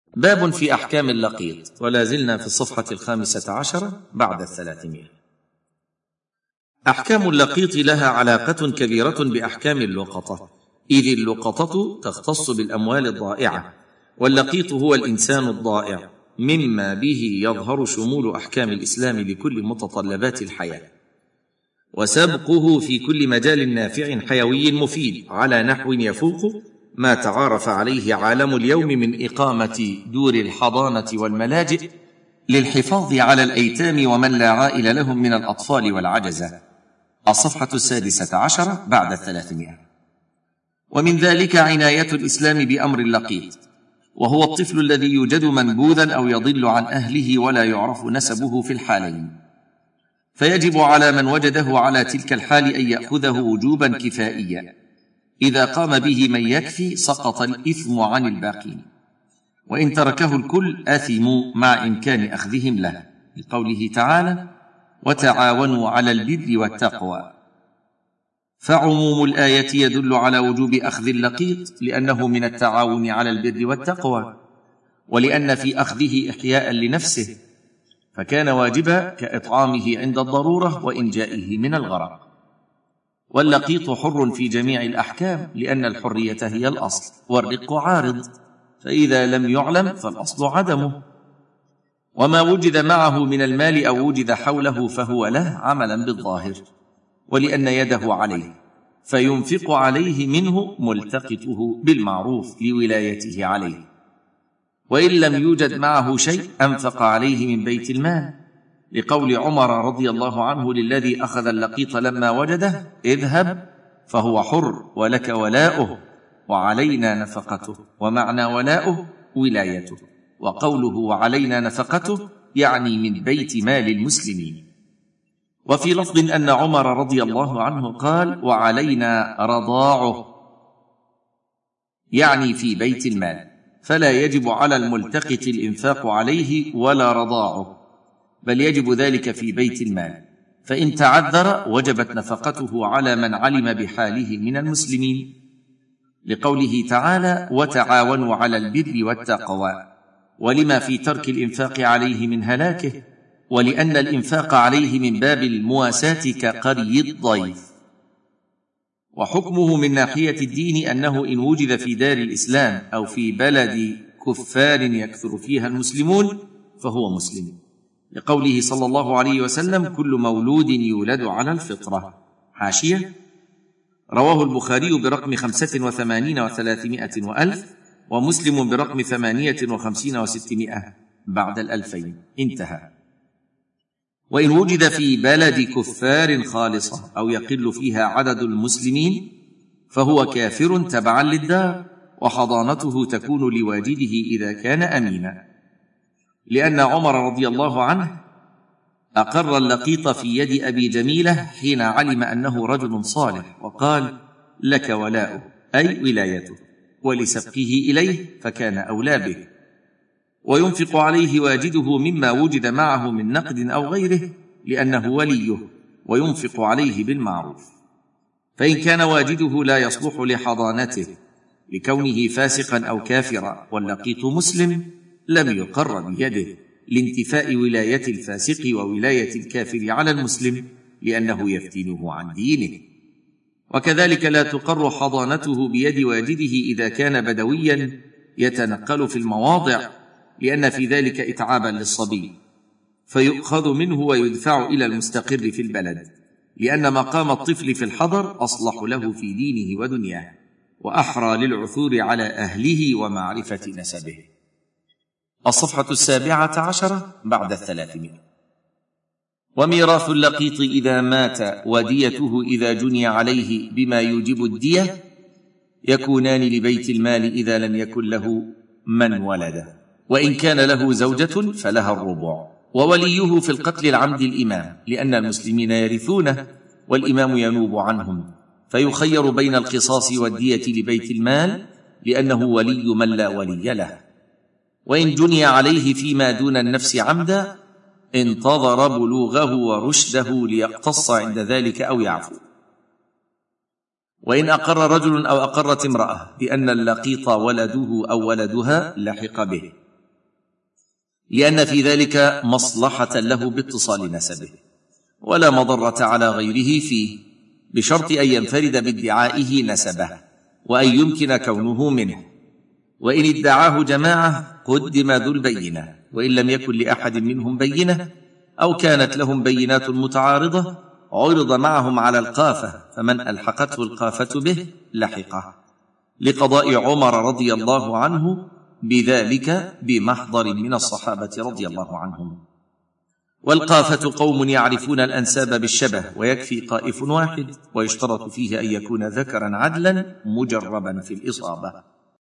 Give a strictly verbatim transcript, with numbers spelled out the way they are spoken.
باب في أحكام اللقيط، ولا زلنا في الصفحة الخامسة عشرة بعد الثلاثمائة. أحكام اللقيط لها علاقة كبيرة بأحكام اللقطة، إذ اللقطة تختص بالأموال الضائعة، واللقيط هو الإنسان الضائع، مما به يظهر شمول أحكام الإسلام لكل متطلبات الحياة، وسبقه في كل مجال نافع حيوي مفيد على نحو يفوق ما تعارف عليه عالم اليوم من إقامة دور الحضانة والملاجئ للحفاظ على الأيتام ومن لا عائل لهم من الأطفال والعجزة. الصفحة السادسة عشرة بعد الثلاثمائة. ومن ذلك عناية الإسلام بأمر اللقيط، وهو الطفل الذي يوجد منبوذا أو يضل عن أهله ولا يعرف نسبه في الحالين، فيجب على من وجده على تلك الحال أن يأخذه وجوبا كفائيا، إذا قام به من يكفي سقط الإثم عن الباقين، وإن تركه الكل آثموا مع إمكان أخذهم له، لقوله تعالى: وتعاونوا على البر والتقوى. فعموم الآية يدل على وجوب أخذ اللقيط، لأنه من التعاون على البر والتقوى، ولأن في أخذه إحياء لنفسه، فكان واجبا كإطعامه عند الضرورة وإنجائه من الغرق. واللقيط حر في جميع الأحكام، لأن الحرية هي الأصل، والرق عارض، فإذا لم يعلم فالأصل عدمه. وما وجد معه من المال أو وجد حوله فهو له عملا بالظاهر، ولأن يده عليه فينفق عليه منه ملتقطه بالمعروف لولايته عليه، وإن لم يوجد معه شيء أنفق عليه من بيت المال، لقول عمر رضي الله عنه للذي أخذ اللقيط لما وجده: اذهب فهو حر ولك ولاؤه وعلينا نفقته. ومعنى ولاؤه ولايته، وقوله وعلينا نفقته يعني من بيت مال المسلمين. وفي لفظ أن عمر رضي الله عنه قال: وعلينا رضاعه، يعني في بيت المال، فلا يجب على الملتقط الإنفاق عليه ولا رضاعه، بل يجب ذلك في بيت المال، فإن تعذر وجبت نفقته على من علم بحاله من المسلمين، لقوله تعالى: وتعاونوا على البر والتقوى، ولما في ترك الإنفاق عليه من هلاكه، ولأن الإنفاق عليه من باب المواساة كقري الضيف. وحكمه من ناحية الدين أنه إن وجد في دار الإسلام أو في بلد كفار يكثر فيها المسلمون فهو مسلم، لقوله صلى الله عليه وسلم: كل مولود يولد على الفطرة. حاشية: رواه البخاري برقم خمسة وثمانين وثلاثمائة وألف، ومسلم برقم ثمانية وخمسين وستمائة بعد الألفين. انتهى. وإن وجد في بلد كفار خالصة أو يقل فيها عدد المسلمين فهو كافر تبعا للدار، وحضانته تكون لواجده إذا كان أمينا، لأن عمر رضي الله عنه أقر اللقيط في يد أبي جميلة حين علم أنه رجل صالح، وقال: لك ولاؤه، أي ولايته، ولسبقه إليه فكان أولى به، وينفق عليه واجده مما وجد معه من نقد أو غيره، لأنه وليه، وينفق عليه بالمعروف. فإن كان واجده لا يصلح لحضانته لكونه فاسقا أو كافرا واللقيط مسلم، لم يقر بيده، لانتفاء ولاية الفاسق وولاية الكافر على المسلم، لأنه يفتنه عن دينه. وكذلك لا تقر حضانته بيد واجده إذا كان بدويا يتنقل في المواضع، لأن في ذلك إتعابا للصبي، فيؤخذ منه ويدفع إلى المستقر في البلد، لأن مقام الطفل في الحضر أصلح له في دينه ودنياه، وأحرى للعثور على أهله ومعرفة نسبه. الصفحة السابعة عشرة بعد الثلاثمائة. وميراث اللقيط إذا مات وديته إذا جني عليه بما يوجب الدية يكونان لبيت المال إذا لم يكن له من ولده، وإن كان له زوجة فلها الربع، ووليه في القتل العمد الإمام، لأن المسلمين يرثونه والإمام ينوب عنهم، فيخير بين القصاص والدية لبيت المال، لأنه ولي من لا ولي له. وإن جني عليه فيما دون النفس عمدا انتظر بلوغه ورشده ليقتص عند ذلك أو يعفو. وإن أقر رجل أو أقرت امرأة بأن اللقيط ولده أو ولدها لحق به، لأن في ذلك مصلحة له باتصال نسبه، ولا مضرة على غيره فيه، بشرط أن ينفرد بادعائه نسبه وأن يمكن كونه منه. وإن ادعاه جماعة قدم ذو البينة، وإن لم يكن لأحد منهم بينة أو كانت لهم بينات متعارضة عرض معهم على القافة، فمن ألحقته القافة به لحقه، لقضاء عمر رضي الله عنه بذلك بمحضر من الصحابة رضي الله عنهم. والقافة قوم يعرفون الأنساب بالشبه، ويكفي قائف واحد، ويشترط فيه أن يكون ذكرا عدلا مجربا في الإصابة.